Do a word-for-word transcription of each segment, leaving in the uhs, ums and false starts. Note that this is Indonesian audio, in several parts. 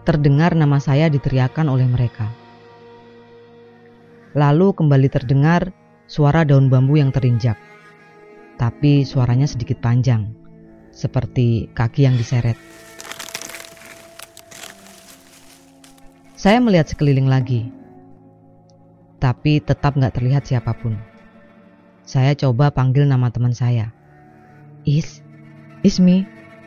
terdengar nama saya diteriakkan oleh mereka. Lalu kembali terdengar suara daun bambu yang terinjak, tapi suaranya sedikit panjang, seperti kaki yang diseret. Saya melihat sekeliling lagi, tapi tetap gak terlihat siapapun. Saya coba panggil nama teman saya. Is, is me.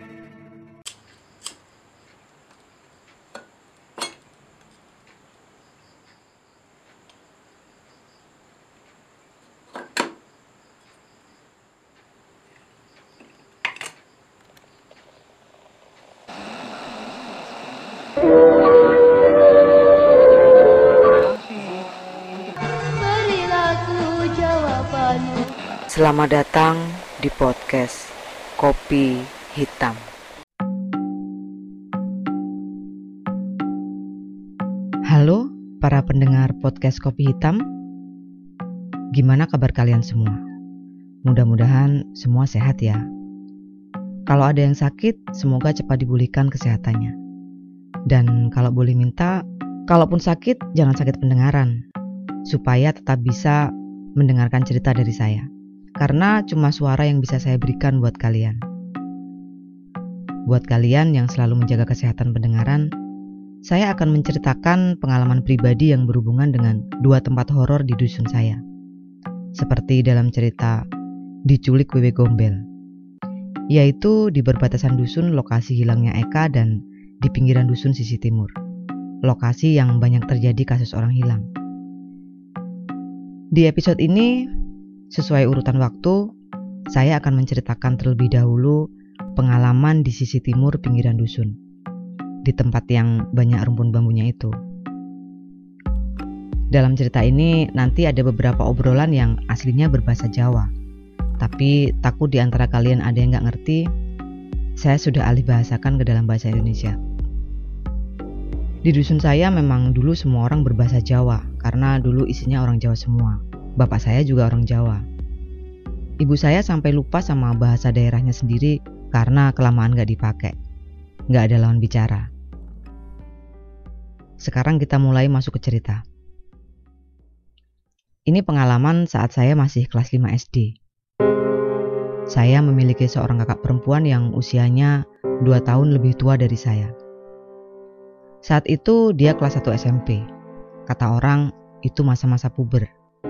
Selamat datang di podcast Kopi Hitam. Halo para pendengar podcast Kopi Hitam. Gimana kabar kalian semua? Mudah-mudahan semua sehat ya. Kalau ada yang sakit, semoga cepat dipulihkan kesehatannya. Dan kalau boleh minta, kalaupun sakit, jangan sakit pendengaran, supaya tetap bisa mendengarkan cerita dari saya. Karena cuma suara yang bisa saya berikan buat kalian. Buat kalian yang selalu menjaga kesehatan pendengaran, saya akan menceritakan pengalaman pribadi yang berhubungan dengan dua tempat horor di dusun saya. Seperti dalam cerita Diculik Wewe Gombel, yaitu di perbatasan dusun lokasi hilangnya Eka dan di pinggiran dusun sisi timur, lokasi yang banyak terjadi kasus orang hilang. Di episode ini, sesuai urutan waktu, saya akan menceritakan terlebih dahulu pengalaman di sisi timur pinggiran dusun, di tempat yang banyak rumpun bambunya itu. Dalam cerita ini nanti ada beberapa obrolan yang aslinya berbahasa Jawa, tapi takut di antara kalian ada yang gak ngerti, saya sudah alih bahasakan ke dalam bahasa Indonesia. Di dusun saya memang dulu semua orang berbahasa Jawa, karena dulu isinya orang Jawa semua. Bapak saya juga orang Jawa. Ibu saya sampai lupa sama bahasa daerahnya sendiri karena kelamaan gak dipakai. Gak ada lawan bicara. Sekarang kita mulai masuk ke cerita. Ini pengalaman saat saya masih kelas lima S D. Saya memiliki seorang kakak perempuan yang usianya dua tahun lebih tua dari saya. Saat itu dia kelas satu S M P. Kata orang, itu masa-masa puber.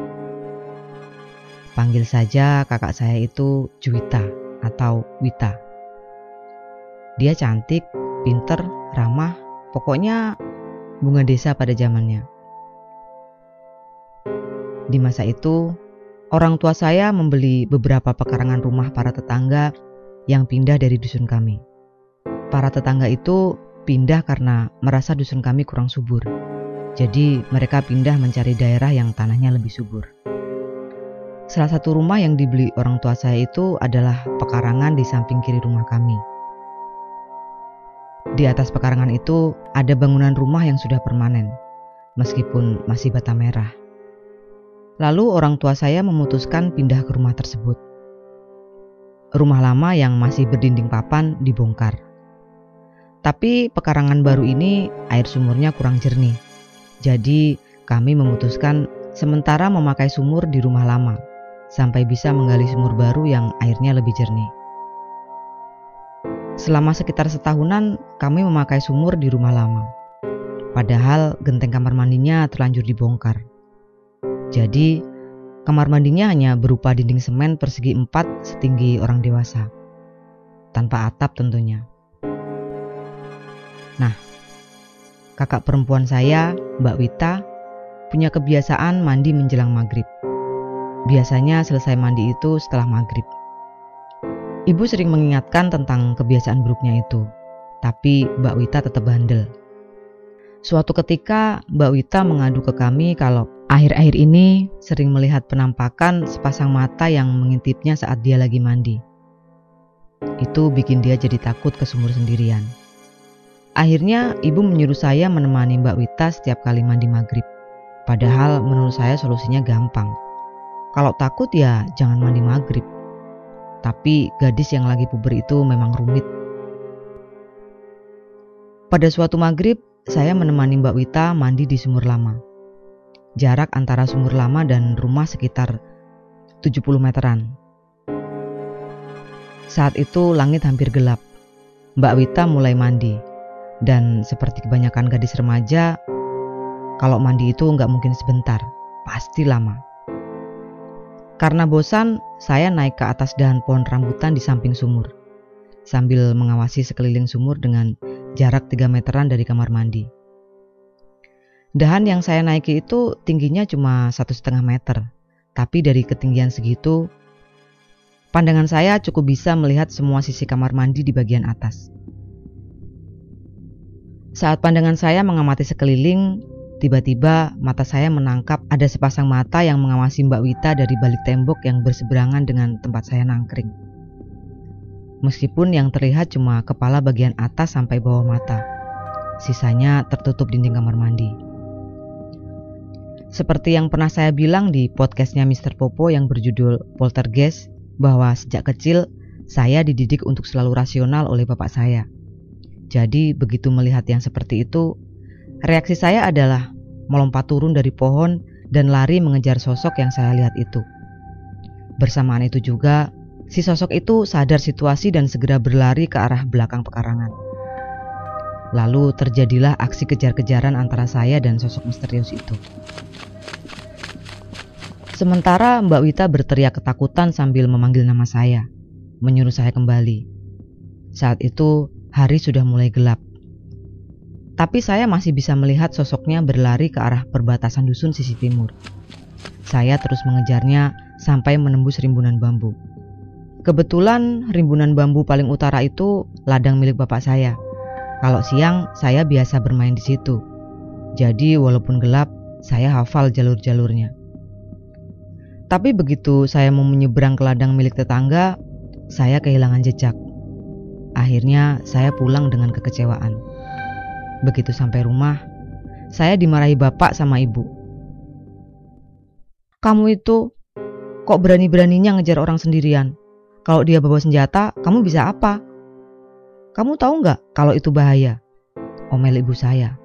Panggil saja kakak saya itu Juwita atau Wita. Dia cantik, pinter, ramah, pokoknya bunga desa pada zamannya. Di masa itu, orang tua saya membeli beberapa pekarangan rumah para tetangga yang pindah dari dusun kami. Para tetangga itu pindah karena merasa dusun kami kurang subur. Jadi mereka pindah mencari daerah yang tanahnya lebih subur. Salah satu rumah yang dibeli orang tua saya itu adalah pekarangan di samping kiri rumah kami. Di atas pekarangan itu ada bangunan rumah yang sudah permanen, meskipun masih bata merah. Lalu orang tua saya memutuskan pindah ke rumah tersebut. Rumah lama yang masih berdinding papan dibongkar. Tapi pekarangan baru ini air sumurnya kurang jernih. Jadi kami memutuskan sementara memakai sumur di rumah lama, sampai bisa menggali sumur baru yang airnya lebih jernih. Selama sekitar setahunan kami memakai sumur di rumah lama. Padahal genteng kamar mandinya terlanjur dibongkar. Jadi kamar mandinya hanya berupa dinding semen persegi empat setinggi orang dewasa, tanpa atap tentunya. Nah, kakak perempuan saya, Mbak Wita, punya kebiasaan mandi menjelang maghrib. Biasanya selesai mandi itu setelah maghrib. Ibu sering mengingatkan tentang kebiasaan buruknya itu, tapi Mbak Wita tetap bandel. Suatu ketika Mbak Wita mengadu ke kami kalau akhir-akhir ini sering melihat penampakan sepasang mata yang mengintipnya saat dia lagi mandi. Itu bikin dia jadi takut ke sumur sendirian. Akhirnya ibu menyuruh saya menemani Mbak Wita setiap kali mandi maghrib. Padahal menurut saya solusinya gampang. Kalau takut ya jangan mandi maghrib. Tapi gadis yang lagi puber itu memang rumit. Pada suatu maghrib, saya menemani Mbak Wita mandi di sumur lama. Jarak antara sumur lama dan rumah sekitar tujuh puluh meteran. Saat itu langit hampir gelap. Mbak Wita mulai mandi. Dan seperti kebanyakan gadis remaja, kalau mandi itu nggak mungkin sebentar, pasti lama. Karena bosan, saya naik ke atas dahan pohon rambutan di samping sumur, sambil mengawasi sekeliling sumur dengan jarak tiga meteran dari kamar mandi. Dahan yang saya naiki itu tingginya cuma satu setengah meter, tapi dari ketinggian segitu, pandangan saya cukup bisa melihat semua sisi kamar mandi di bagian atas. Saat pandangan saya mengamati sekeliling, tiba-tiba mata saya menangkap ada sepasang mata yang mengawasi Mbak Wita dari balik tembok yang berseberangan dengan tempat saya nangkring. Meskipun yang terlihat cuma kepala bagian atas sampai bawah mata, sisanya tertutup dinding kamar mandi. Seperti yang pernah saya bilang di podcastnya mister Popo yang berjudul Poltergeist, bahwa sejak kecil saya dididik untuk selalu rasional oleh bapak saya. Jadi begitu melihat yang seperti itu, reaksi saya adalah melompat turun dari pohon dan lari mengejar sosok yang saya lihat itu. Bersamaan itu juga, si sosok itu sadar situasi dan segera berlari ke arah belakang pekarangan. Lalu terjadilah aksi kejar-kejaran antara saya dan sosok misterius itu. Sementara Mbak Wita berteriak ketakutan sambil memanggil nama saya, menyuruh saya kembali. Saat itu hari sudah mulai gelap. Tapi saya masih bisa melihat sosoknya berlari ke arah perbatasan dusun sisi timur. Saya terus mengejarnya sampai menembus rimbunan bambu. Kebetulan rimbunan bambu paling utara itu ladang milik bapak saya. Kalau siang saya biasa bermain di situ. Jadi walaupun gelap, saya hafal jalur-jalurnya. Tapi begitu saya mau menyeberang ke ladang milik tetangga, saya kehilangan jejak. Akhirnya saya pulang dengan kekecewaan. Begitu sampai rumah, saya dimarahi bapak sama ibu. Kamu itu kok berani-beraninya ngejar orang sendirian? Kalau dia bawa senjata, kamu bisa apa? Kamu tahu nggak kalau itu bahaya? Omel ibu saya.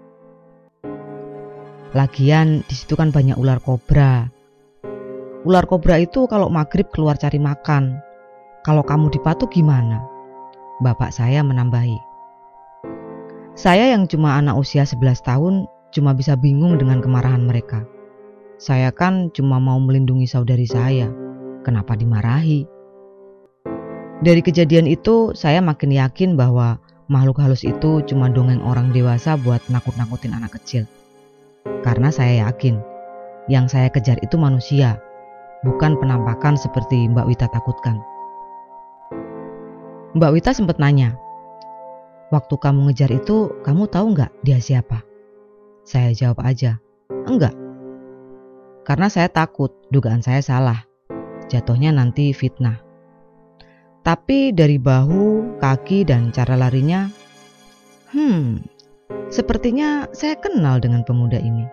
Lagian di situ kan banyak ular kobra. Ular kobra itu kalau maghrib keluar cari makan. Kalau kamu dipatuk gimana? Bapak saya menambahi. Saya yang cuma anak usia sebelas tahun cuma bisa bingung dengan kemarahan mereka. Saya kan cuma mau melindungi saudari saya. Kenapa dimarahi? Dari kejadian itu saya makin yakin bahwa makhluk halus itu cuma dongeng orang dewasa buat nakut-nakutin anak kecil. Karena saya yakin yang saya kejar itu manusia, bukan penampakan seperti Mbak Wita takutkan. Mbak Wita sempat nanya, waktu kamu ngejar itu, kamu tahu nggak dia siapa? Saya jawab aja, enggak. Karena saya takut, dugaan saya salah. Jatuhnya nanti fitnah. Tapi dari bahu, kaki, dan cara larinya, hmm, sepertinya saya kenal dengan pemuda ini.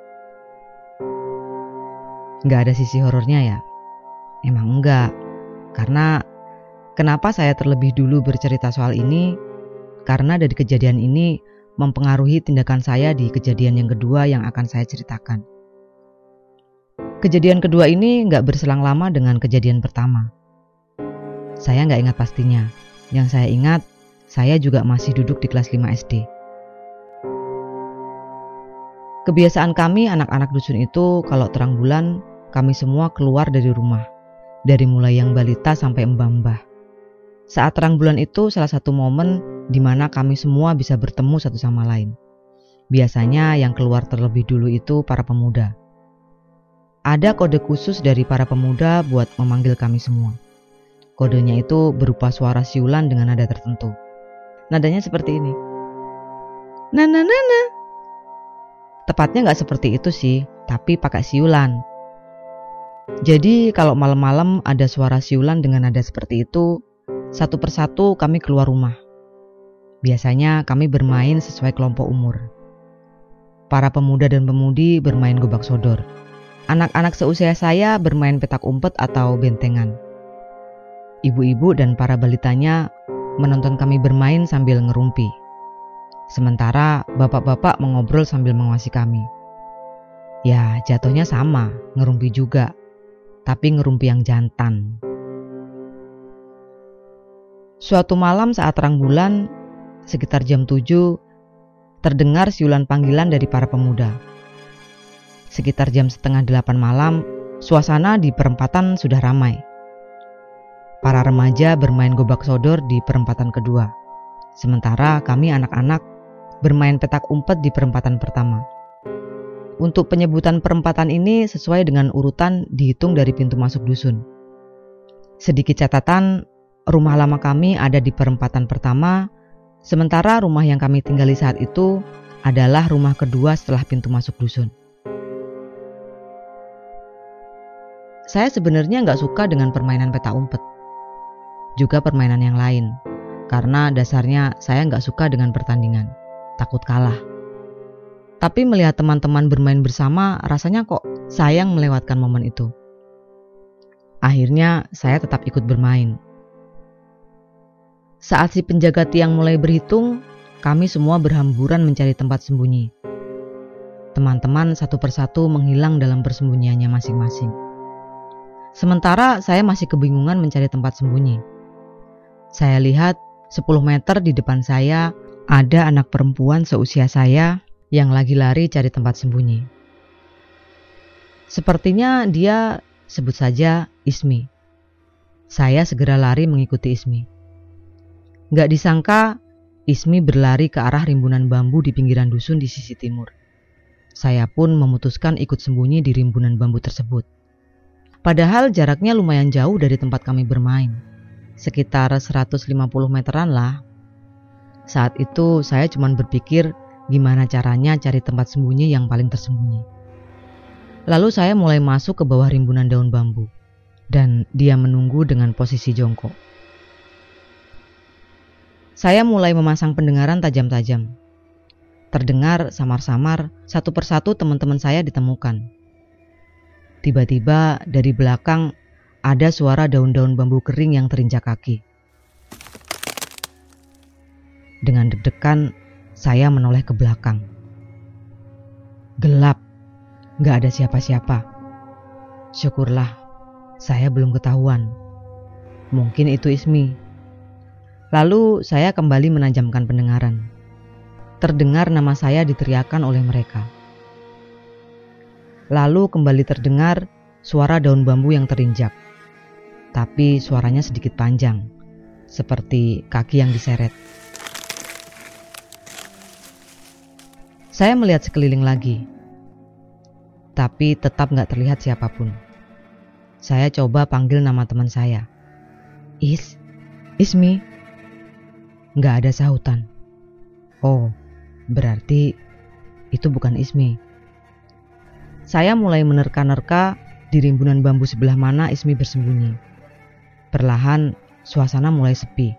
Nggak ada sisi horornya ya? Emang enggak. Karena kenapa saya terlebih dulu bercerita soal ini? Karena dari kejadian ini mempengaruhi tindakan saya di kejadian yang kedua yang akan saya ceritakan. Kejadian kedua ini nggak berselang lama dengan kejadian pertama. Saya nggak ingat pastinya. Yang saya ingat, saya juga masih duduk di kelas lima S D. Kebiasaan kami anak-anak dusun itu kalau terang bulan, kami semua keluar dari rumah. Dari mulai yang balita sampai mbah-mbah. Saat terang bulan itu salah satu momen di mana kami semua bisa bertemu satu sama lain. Biasanya yang keluar terlebih dulu itu para pemuda. Ada kode khusus dari para pemuda buat memanggil kami semua. Kodenya itu berupa suara siulan dengan nada tertentu. Nadanya seperti ini. Nana nana. Tepatnya nggak seperti itu sih, tapi pakai siulan. Jadi kalau malam-malam ada suara siulan dengan nada seperti itu, satu persatu kami keluar rumah. Biasanya kami bermain sesuai kelompok umur. Para pemuda dan pemudi bermain gobak sodor. Anak-anak seusia saya bermain petak umpet atau bentengan. Ibu-ibu dan para balitanya menonton kami bermain sambil ngerumpi. Sementara bapak-bapak mengobrol sambil mengawasi kami. Ya, jatuhnya sama, ngerumpi juga, tapi ngerumpi yang jantan. Suatu malam saat terang bulan, sekitar jam tujuh, terdengar siulan panggilan dari para pemuda. Sekitar jam setengah delapan malam, suasana di perempatan sudah ramai. Para remaja bermain gobak sodor di perempatan kedua, sementara kami anak-anak bermain petak umpet di perempatan pertama. Untuk penyebutan perempatan ini sesuai dengan urutan dihitung dari pintu masuk dusun. Sedikit catatan, rumah lama kami ada di perempatan pertama, sementara rumah yang kami tinggali saat itu adalah rumah kedua setelah pintu masuk dusun. Saya sebenarnya nggak suka dengan permainan petak umpet, juga permainan yang lain, karena dasarnya saya nggak suka dengan pertandingan, takut kalah. Tapi melihat teman-teman bermain bersama, rasanya kok sayang melewatkan momen itu. Akhirnya saya tetap ikut bermain. Saat si penjaga tiang mulai berhitung, kami semua berhamburan mencari tempat sembunyi. Teman-teman satu persatu menghilang dalam persembunyiannya masing-masing. Sementara saya masih kebingungan mencari tempat sembunyi. Saya lihat sepuluh meter di depan saya ada anak perempuan seusia saya yang lagi lari cari tempat sembunyi. Sepertinya dia sebut saja Ismi. Saya segera lari mengikuti Ismi. Gak disangka Ismi berlari ke arah rimbunan bambu di pinggiran dusun di sisi timur. Saya pun memutuskan ikut sembunyi di rimbunan bambu tersebut. Padahal jaraknya lumayan jauh dari tempat kami bermain, sekitar seratus lima puluh meteran lah. Saat itu saya cuma berpikir gimana caranya cari tempat sembunyi yang paling tersembunyi. Lalu saya mulai masuk ke bawah rimbunan daun bambu, dan dia menunggu dengan posisi jongkok. Saya mulai memasang pendengaran tajam-tajam. Terdengar samar-samar satu persatu teman-teman saya ditemukan. Tiba-tiba dari belakang ada suara daun-daun bambu kering yang terinjak kaki. Dengan deg-degan, saya menoleh ke belakang. Gelap, gak ada siapa-siapa. Syukurlah, saya belum ketahuan. Mungkin itu Ismi. Lalu saya kembali menajamkan pendengaran. Terdengar nama saya diteriakkan oleh mereka. Lalu kembali terdengar suara daun bambu yang terinjak. Tapi suaranya sedikit panjang, seperti kaki yang diseret. Saya melihat sekeliling lagi, tapi tetap gak terlihat siapapun. Saya coba panggil nama teman saya. Is, Ismi. Gak ada sahutan. Oh, berarti itu bukan Ismi. Saya mulai menerka-nerka di rimbunan bambu sebelah mana Ismi bersembunyi. Perlahan, suasana mulai sepi.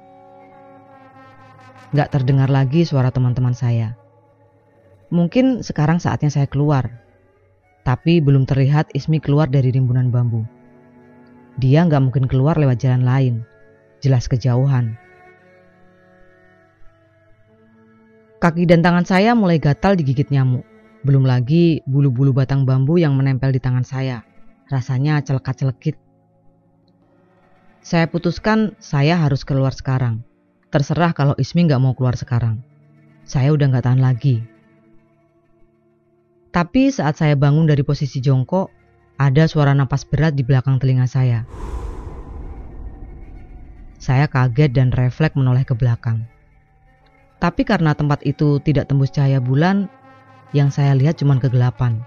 Gak terdengar lagi suara teman-teman saya. Mungkin sekarang saatnya saya keluar, tapi belum terlihat Ismi keluar dari rimbunan bambu. Dia nggak mungkin keluar lewat jalan lain, jelas kejauhan. Kaki dan tangan saya mulai gatal digigit nyamuk. Belum lagi bulu-bulu batang bambu yang menempel di tangan saya. Rasanya celekat-celekit. Saya putuskan saya harus keluar sekarang. Terserah kalau Ismi nggak mau keluar sekarang. Saya udah nggak tahan lagi. Tapi saat saya bangun dari posisi jongkok, ada suara napas berat di belakang telinga saya. Saya kaget dan refleks menoleh ke belakang. Tapi karena tempat itu tidak tembus cahaya bulan, yang saya lihat cuma kegelapan.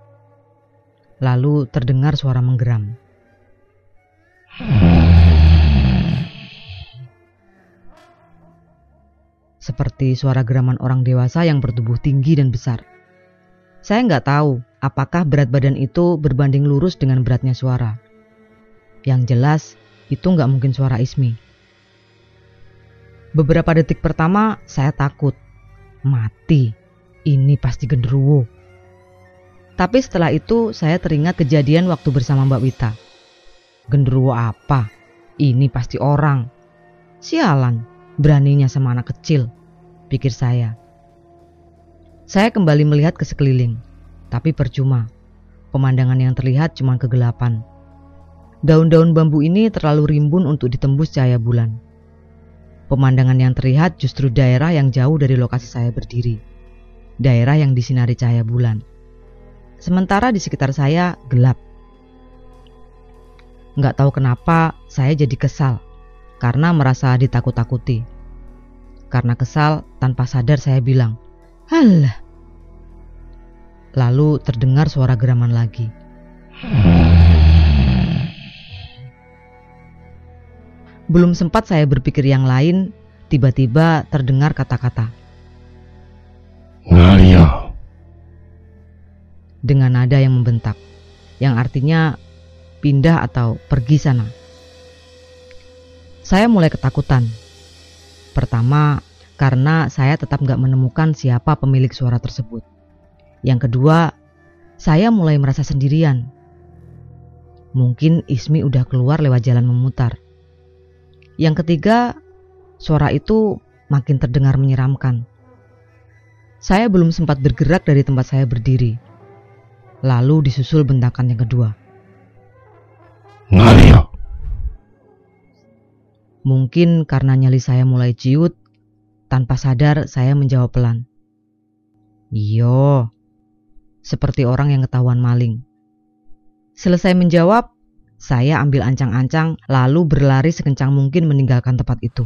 Lalu terdengar suara menggeram. Seperti suara geraman orang dewasa yang bertubuh tinggi dan besar. Saya nggak tahu apakah berat badan itu berbanding lurus dengan beratnya suara. Yang jelas, itu nggak mungkin suara Ismi. Beberapa detik pertama, saya takut. Mati, ini pasti genderuwo. Tapi setelah itu, saya teringat kejadian waktu bersama Mbak Wita. Genderuwo apa? Ini pasti orang. Sialan, beraninya sama anak kecil, pikir saya. Saya kembali melihat ke sekeliling, tapi percuma. Pemandangan yang terlihat cuma kegelapan. Daun-daun bambu ini terlalu rimbun untuk ditembus cahaya bulan. Pemandangan yang terlihat justru daerah yang jauh dari lokasi saya berdiri. Daerah yang disinari cahaya bulan. Sementara di sekitar saya gelap. Nggak tahu kenapa saya jadi kesal karena merasa ditakut-takuti. Karena kesal, tanpa sadar saya bilang, "Halah." Lalu terdengar suara geraman lagi. Belum sempat saya berpikir yang lain, tiba-tiba terdengar kata-kata, "Ngalia." Dengan nada yang membentak, yang artinya pindah atau pergi sana. Saya mulai ketakutan. Pertama, karena saya tetap gak menemukan siapa pemilik suara tersebut. Yang kedua, saya mulai merasa sendirian. Mungkin Ismi udah keluar lewat jalan memutar. Yang ketiga, suara itu makin terdengar menyeramkan. Saya belum sempat bergerak dari tempat saya berdiri. Lalu disusul bentakan yang kedua. "Ngalia." Mungkin karena nyali saya mulai ciut, tanpa sadar saya menjawab pelan. "Iyo." Seperti orang yang ketahuan maling. Selesai menjawab, saya ambil ancang-ancang lalu berlari sekencang mungkin meninggalkan tempat itu.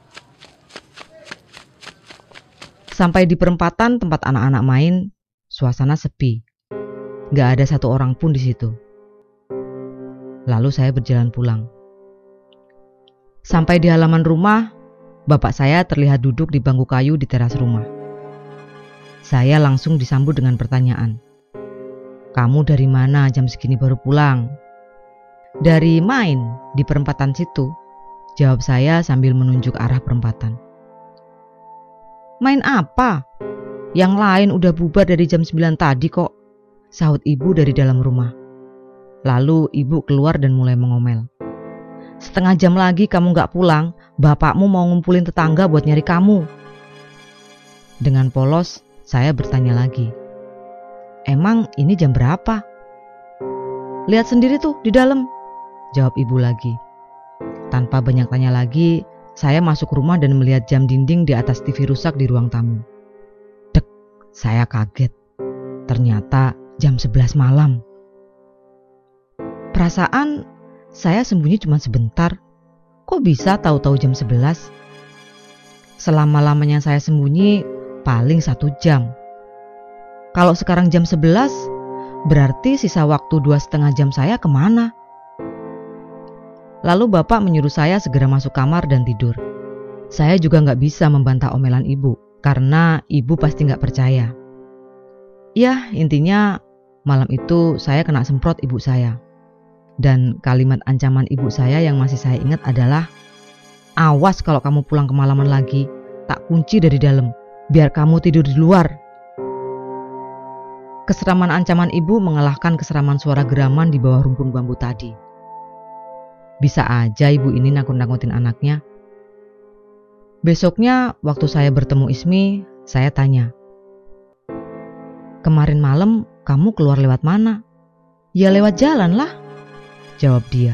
Sampai di perempatan tempat anak-anak main, suasana sepi. Gak ada satu orang pun di situ. Lalu saya berjalan pulang. Sampai di halaman rumah, bapak saya terlihat duduk di bangku kayu di teras rumah. Saya langsung disambut dengan pertanyaan. "Kamu dari mana jam segini baru pulang?" "Dari main di perempatan situ," jawab saya sambil menunjuk arah perempatan. "Main apa? Yang lain udah bubar dari jam sembilan tadi kok," sahut ibu dari dalam rumah. Lalu ibu keluar dan mulai mengomel. "Setengah jam lagi kamu gak pulang, bapakmu mau ngumpulin tetangga buat nyari kamu." Dengan polos, saya bertanya lagi, "Emang ini jam berapa?" "Lihat sendiri tuh di dalam," jawab ibu lagi. Tanpa banyak tanya lagi, saya masuk rumah dan melihat jam dinding di atas T V rusak di ruang tamu. Dek, saya kaget. Ternyata jam sebelas malam. Perasaan saya sembunyi cuma sebentar. Kok bisa tahu-tahu jam sebelas? Selama-lamanya saya sembunyi paling satu jam. Kalau sekarang jam sebelas, berarti sisa waktu dua setengah jam saya kemana? Lalu bapak menyuruh saya segera masuk kamar dan tidur. Saya juga gak bisa membantah omelan ibu, karena ibu pasti gak percaya. Ya, intinya malam itu saya kena semprot ibu saya. Dan kalimat ancaman ibu saya yang masih saya ingat adalah, "Awas kalau kamu pulang kemalaman lagi, tak kunci dari dalam, biar kamu tidur di luar." Keseraman ancaman ibu mengalahkan keseraman suara geraman di bawah rumpun bambu tadi. Bisa aja ibu ini nakut-nakutin anaknya. Besoknya waktu saya bertemu Ismi, saya tanya, "Kemarin malam kamu keluar lewat mana?" "Ya lewat jalan lah," jawab dia.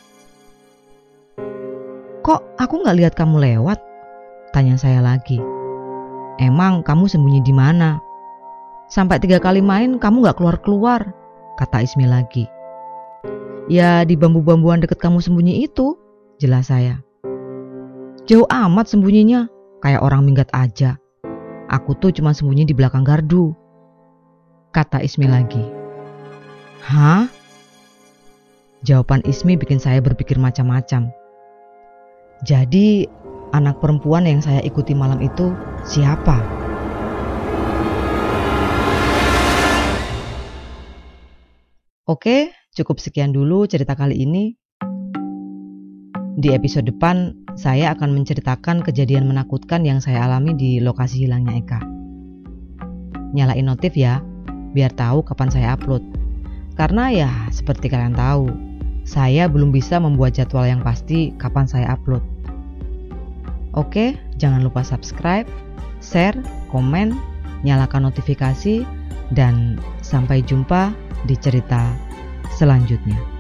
"Kok aku gak lihat kamu lewat?" tanya saya lagi. "Emang kamu sembunyi di mana? Sampai tiga kali main kamu gak keluar-keluar," kata Ismi lagi. "Ya di bambu-bambuan deket kamu sembunyi itu," jelas saya. "Jauh amat sembunyinya, kayak orang minggat aja. Aku tuh cuma sembunyi di belakang gardu," kata Ismi lagi. "Hah?" Jawaban Ismi bikin saya berpikir macam-macam. Jadi anak perempuan yang saya ikuti malam itu siapa? Oke, cukup sekian dulu cerita kali ini. Di episode depan, saya akan menceritakan kejadian menakutkan yang saya alami di lokasi hilangnya Eka. Nyalain notif ya, biar tahu kapan saya upload. Karena ya, seperti kalian tahu, saya belum bisa membuat jadwal yang pasti kapan saya upload. Oke, jangan lupa subscribe, share, komen, nyalakan notifikasi, dan sampai jumpa di cerita selanjutnya.